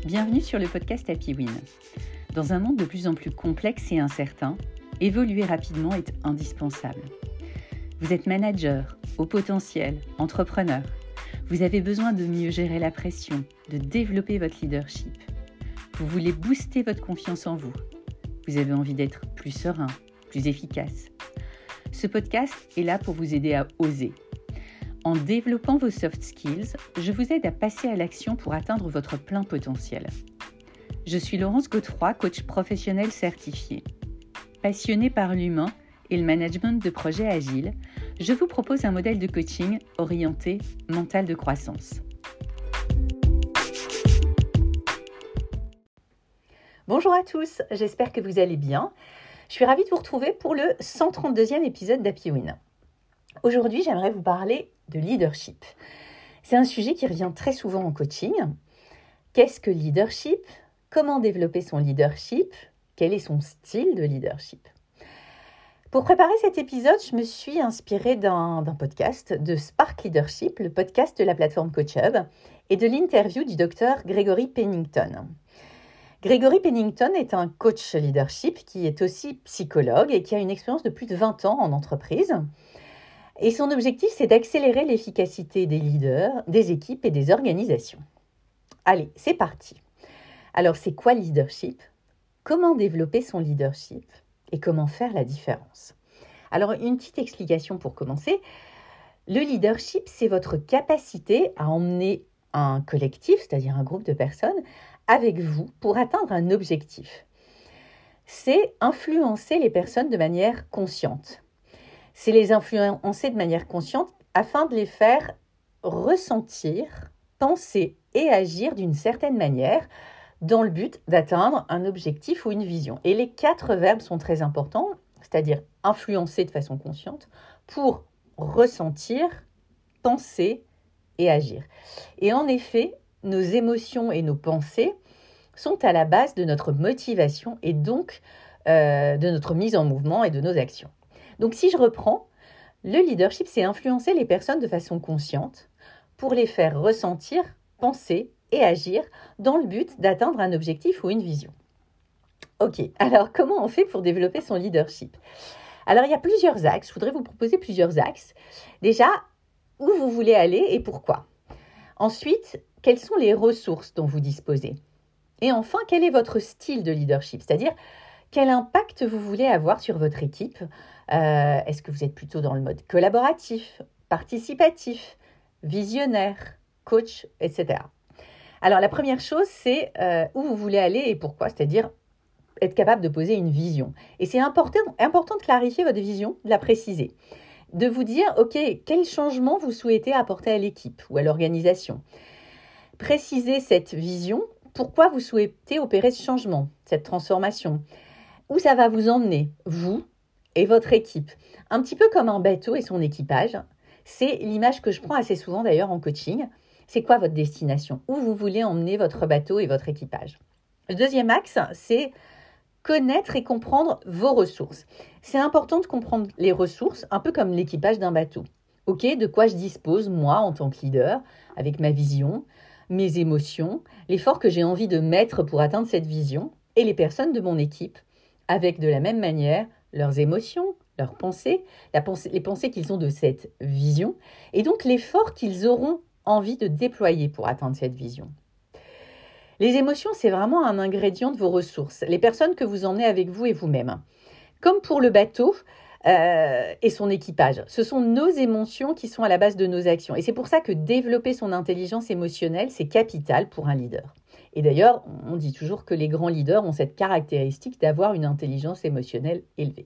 Bienvenue sur le podcast Happy Win. Dans un monde de plus en plus complexe et incertain, évoluer rapidement est indispensable. Vous êtes manager, haut potentiel, entrepreneur. Vous avez besoin de mieux gérer la pression, de développer votre leadership. Vous voulez booster votre confiance en vous. Vous avez envie d'être plus serein, plus efficace. Ce podcast est là pour vous aider à oser. En développant vos soft skills, je vous aide à passer à l'action pour atteindre votre plein potentiel. Je suis Laurence Godefroy, coach professionnel certifié. Passionnée par l'humain et le management de projets agiles, je vous propose un modèle de coaching orienté mental de croissance. Bonjour à tous, j'espère que vous allez bien. Je suis ravie de vous retrouver pour le 132e épisode d'Happy Win. Aujourd'hui, j'aimerais vous parler de leadership. C'est un sujet qui revient très souvent en coaching. Qu'est-ce que leadership ? Comment développer son leadership ? Quel est son style de leadership ? Pour préparer cet épisode, je me suis inspirée d'un podcast de Spark Leadership, le podcast de la plateforme CoachHub, et de l'interview du docteur Gregory Pennington. Gregory Pennington est un coach leadership qui est aussi psychologue et qui a une expérience de plus de 20 ans en entreprise. Et son objectif, c'est d'accélérer l'efficacité des leaders, des équipes et des organisations. Allez, c'est parti. Alors, c'est quoi le leadership ? Comment développer son leadership ? Et comment faire la différence ? Alors, une petite explication pour commencer. Le leadership, c'est votre capacité à emmener un collectif, c'est-à-dire un groupe de personnes, avec vous pour atteindre un objectif. C'est influencer les personnes de manière consciente. C'est les influencer de manière consciente afin de les faire ressentir, penser et agir d'une certaine manière dans le but d'atteindre un objectif ou une vision. Et les 4 verbes sont très importants, c'est-à-dire influencer de façon consciente pour ressentir, penser et agir. Et en effet, nos émotions et nos pensées sont à la base de notre motivation et donc de notre mise en mouvement et de nos actions. Donc si je reprends, le leadership, c'est influencer les personnes de façon consciente pour les faire ressentir, penser et agir dans le but d'atteindre un objectif ou une vision. Ok, alors comment on fait pour développer son leadership ? Alors il y a plusieurs axes, je voudrais vous proposer plusieurs axes. Déjà, où vous voulez aller et pourquoi ? Ensuite, quelles sont les ressources dont vous disposez ? Et enfin, quel est votre style de leadership ? C'est-à-dire, quel impact vous voulez avoir sur votre équipe ? Est-ce que vous êtes plutôt dans le mode collaboratif, participatif, visionnaire, coach, etc. Alors, la première chose, c'est où vous voulez aller et pourquoi, c'est-à-dire être capable de poser une vision. Et c'est important de clarifier votre vision, de la préciser, de vous dire, OK, quel changement vous souhaitez apporter à l'équipe ou à l'organisation. Précisez cette vision, pourquoi vous souhaitez opérer ce changement, cette transformation, où ça va vous emmener, vous et votre équipe. Un petit peu comme un bateau et son équipage. C'est l'image que je prends assez souvent d'ailleurs en coaching. C'est quoi votre destination ? Où vous voulez emmener votre bateau et votre équipage ? Le deuxième axe, c'est connaître et comprendre vos ressources. C'est important de comprendre les ressources, un peu comme l'équipage d'un bateau. Ok, de quoi je dispose, moi, en tant que leader, avec ma vision, mes émotions, l'effort que j'ai envie de mettre pour atteindre cette vision, et les personnes de mon équipe, avec de la même manière leurs émotions, leurs pensées, les pensées qu'ils ont de cette vision, et donc l'effort qu'ils auront envie de déployer pour atteindre cette vision. Les émotions, c'est vraiment un ingrédient de vos ressources, les personnes que vous emmenez avec vous et vous-même. Comme pour le bateau et son équipage, ce sont nos émotions qui sont à la base de nos actions. Et c'est pour ça que développer son intelligence émotionnelle, c'est capital pour un leader. Et d'ailleurs, on dit toujours que les grands leaders ont cette caractéristique d'avoir une intelligence émotionnelle élevée.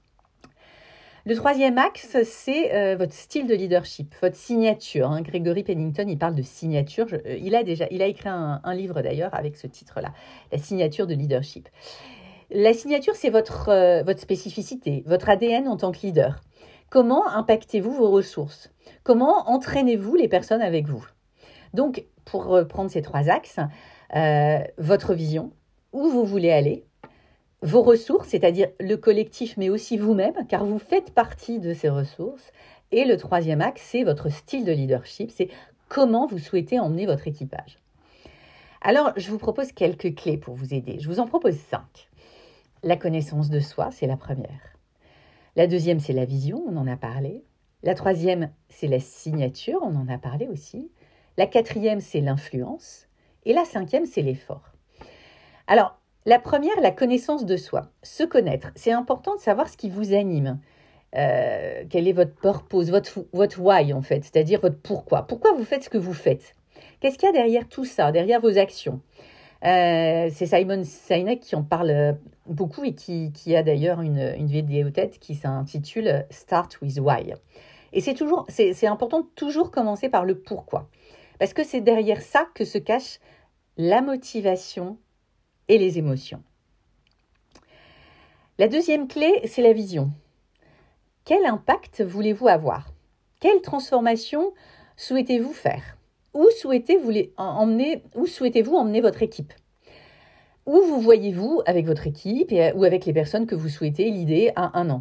Le troisième axe, c'est votre style de leadership, votre signature. Gregory Pennington, il parle de signature. Il a écrit un livre d'ailleurs avec ce titre-là, la signature de leadership. La signature, c'est votre spécificité, votre ADN en tant que leader. Comment impactez-vous vos ressources ? Comment entraînez-vous les personnes avec vous ? Donc, pour reprendre ces 3 axes, votre vision, où vous voulez aller, vos ressources, c'est-à-dire le collectif, mais aussi vous-même, car vous faites partie de ces ressources. Et le troisième axe, c'est votre style de leadership, c'est comment vous souhaitez emmener votre équipage. Alors, je vous propose quelques clés pour vous aider. Je vous en propose 5. La connaissance de soi, c'est la première. La deuxième, c'est la vision, on en a parlé. La troisième, c'est la signature, on en a parlé aussi. La quatrième, c'est l'influence. Et la cinquième, c'est l'effort. Alors, la première, la connaissance de soi. Se connaître, c'est important de savoir ce qui vous anime. Quel est votre purpose, votre why en fait, c'est-à-dire votre pourquoi. Pourquoi vous faites ce que vous faites? Qu'est-ce qu'il y a derrière tout ça, derrière vos actions? C'est Simon Sinek qui en parle beaucoup et qui a d'ailleurs une vidéo TED qui s'intitule « Start with why ». Et c'est important de toujours commencer par le pourquoi. Parce que c'est derrière ça que se cache la motivation et les émotions. La deuxième clé, c'est la vision. Quel impact voulez-vous avoir? Quelle transformation souhaitez-vous faire? Où souhaitez-vous emmener votre équipe? Où vous voyez-vous avec votre équipe ou avec les personnes que vous souhaitez l'idée à 1 an?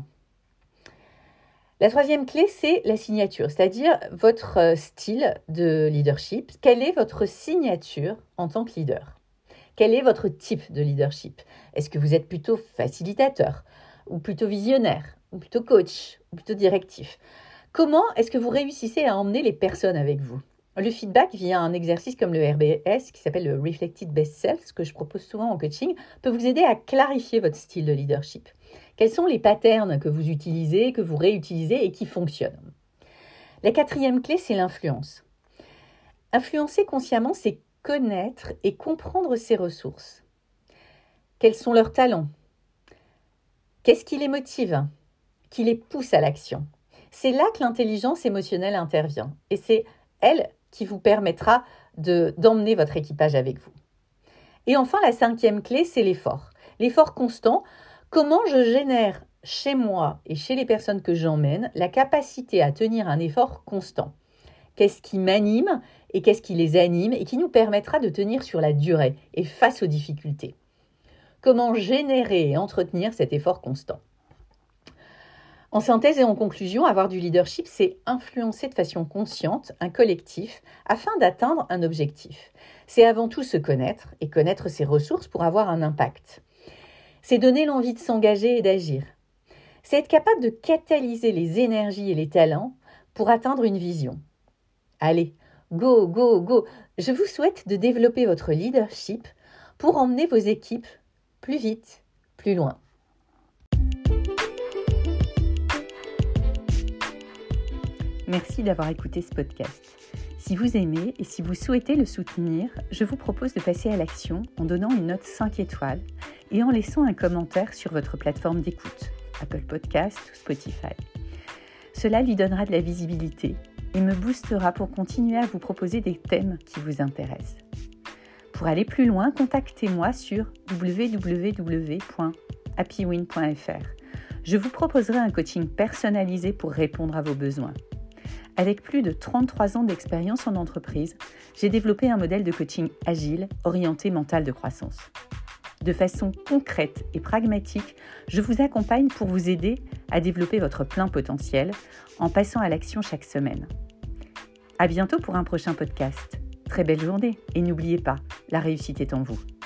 La troisième clé, c'est la signature, c'est-à-dire votre style de leadership. Quelle est votre signature en tant que leader? Quel est votre type de leadership? Est-ce que vous êtes plutôt facilitateur ou plutôt visionnaire ou plutôt coach ou plutôt directif? Comment est-ce que vous réussissez à emmener les personnes avec vous? Le feedback via un exercice comme le RBS qui s'appelle le Reflected Best Self, ce que je propose souvent en coaching, peut vous aider à clarifier votre style de leadership. Quels sont les patterns que vous utilisez, que vous réutilisez et qui fonctionnent? La quatrième clé, c'est l'influence. Influencer consciemment, c'est connaître et comprendre ses ressources. Quels sont leurs talents? Qu'est-ce qui les motive? Qui les pousse à l'action? C'est là que l'intelligence émotionnelle intervient et c'est elle qui vous permettra d'emmener votre équipage avec vous. Et enfin, la cinquième clé, c'est l'effort. L'effort constant. Comment je génère chez moi et chez les personnes que j'emmène la capacité à tenir un effort constant? Qu'est-ce qui m'anime et qu'est-ce qui les anime et qui nous permettra de tenir sur la durée et face aux difficultés? Comment générer et entretenir cet effort constant? En synthèse et en conclusion, avoir du leadership, c'est influencer de façon consciente un collectif afin d'atteindre un objectif. C'est avant tout se connaître et connaître ses ressources pour avoir un impact. C'est donner l'envie de s'engager et d'agir. C'est être capable de catalyser les énergies et les talents pour atteindre une vision. Allez, go, go, go! Je vous souhaite de développer votre leadership pour emmener vos équipes plus vite, plus loin. Merci d'avoir écouté ce podcast. Si vous aimez et si vous souhaitez le soutenir, je vous propose de passer à l'action en donnant une note 5 étoiles et en laissant un commentaire sur votre plateforme d'écoute, Apple Podcast ou Spotify. Cela lui donnera de la visibilité et me boostera pour continuer à vous proposer des thèmes qui vous intéressent. Pour aller plus loin, contactez-moi sur www.happywin.fr. Je vous proposerai un coaching personnalisé pour répondre à vos besoins. Avec plus de 33 ans d'expérience en entreprise, j'ai développé un modèle de coaching agile, orienté mental de croissance. De façon concrète et pragmatique, je vous accompagne pour vous aider à développer votre plein potentiel en passant à l'action chaque semaine. À bientôt pour un prochain podcast. Très belle journée et n'oubliez pas, la réussite est en vous.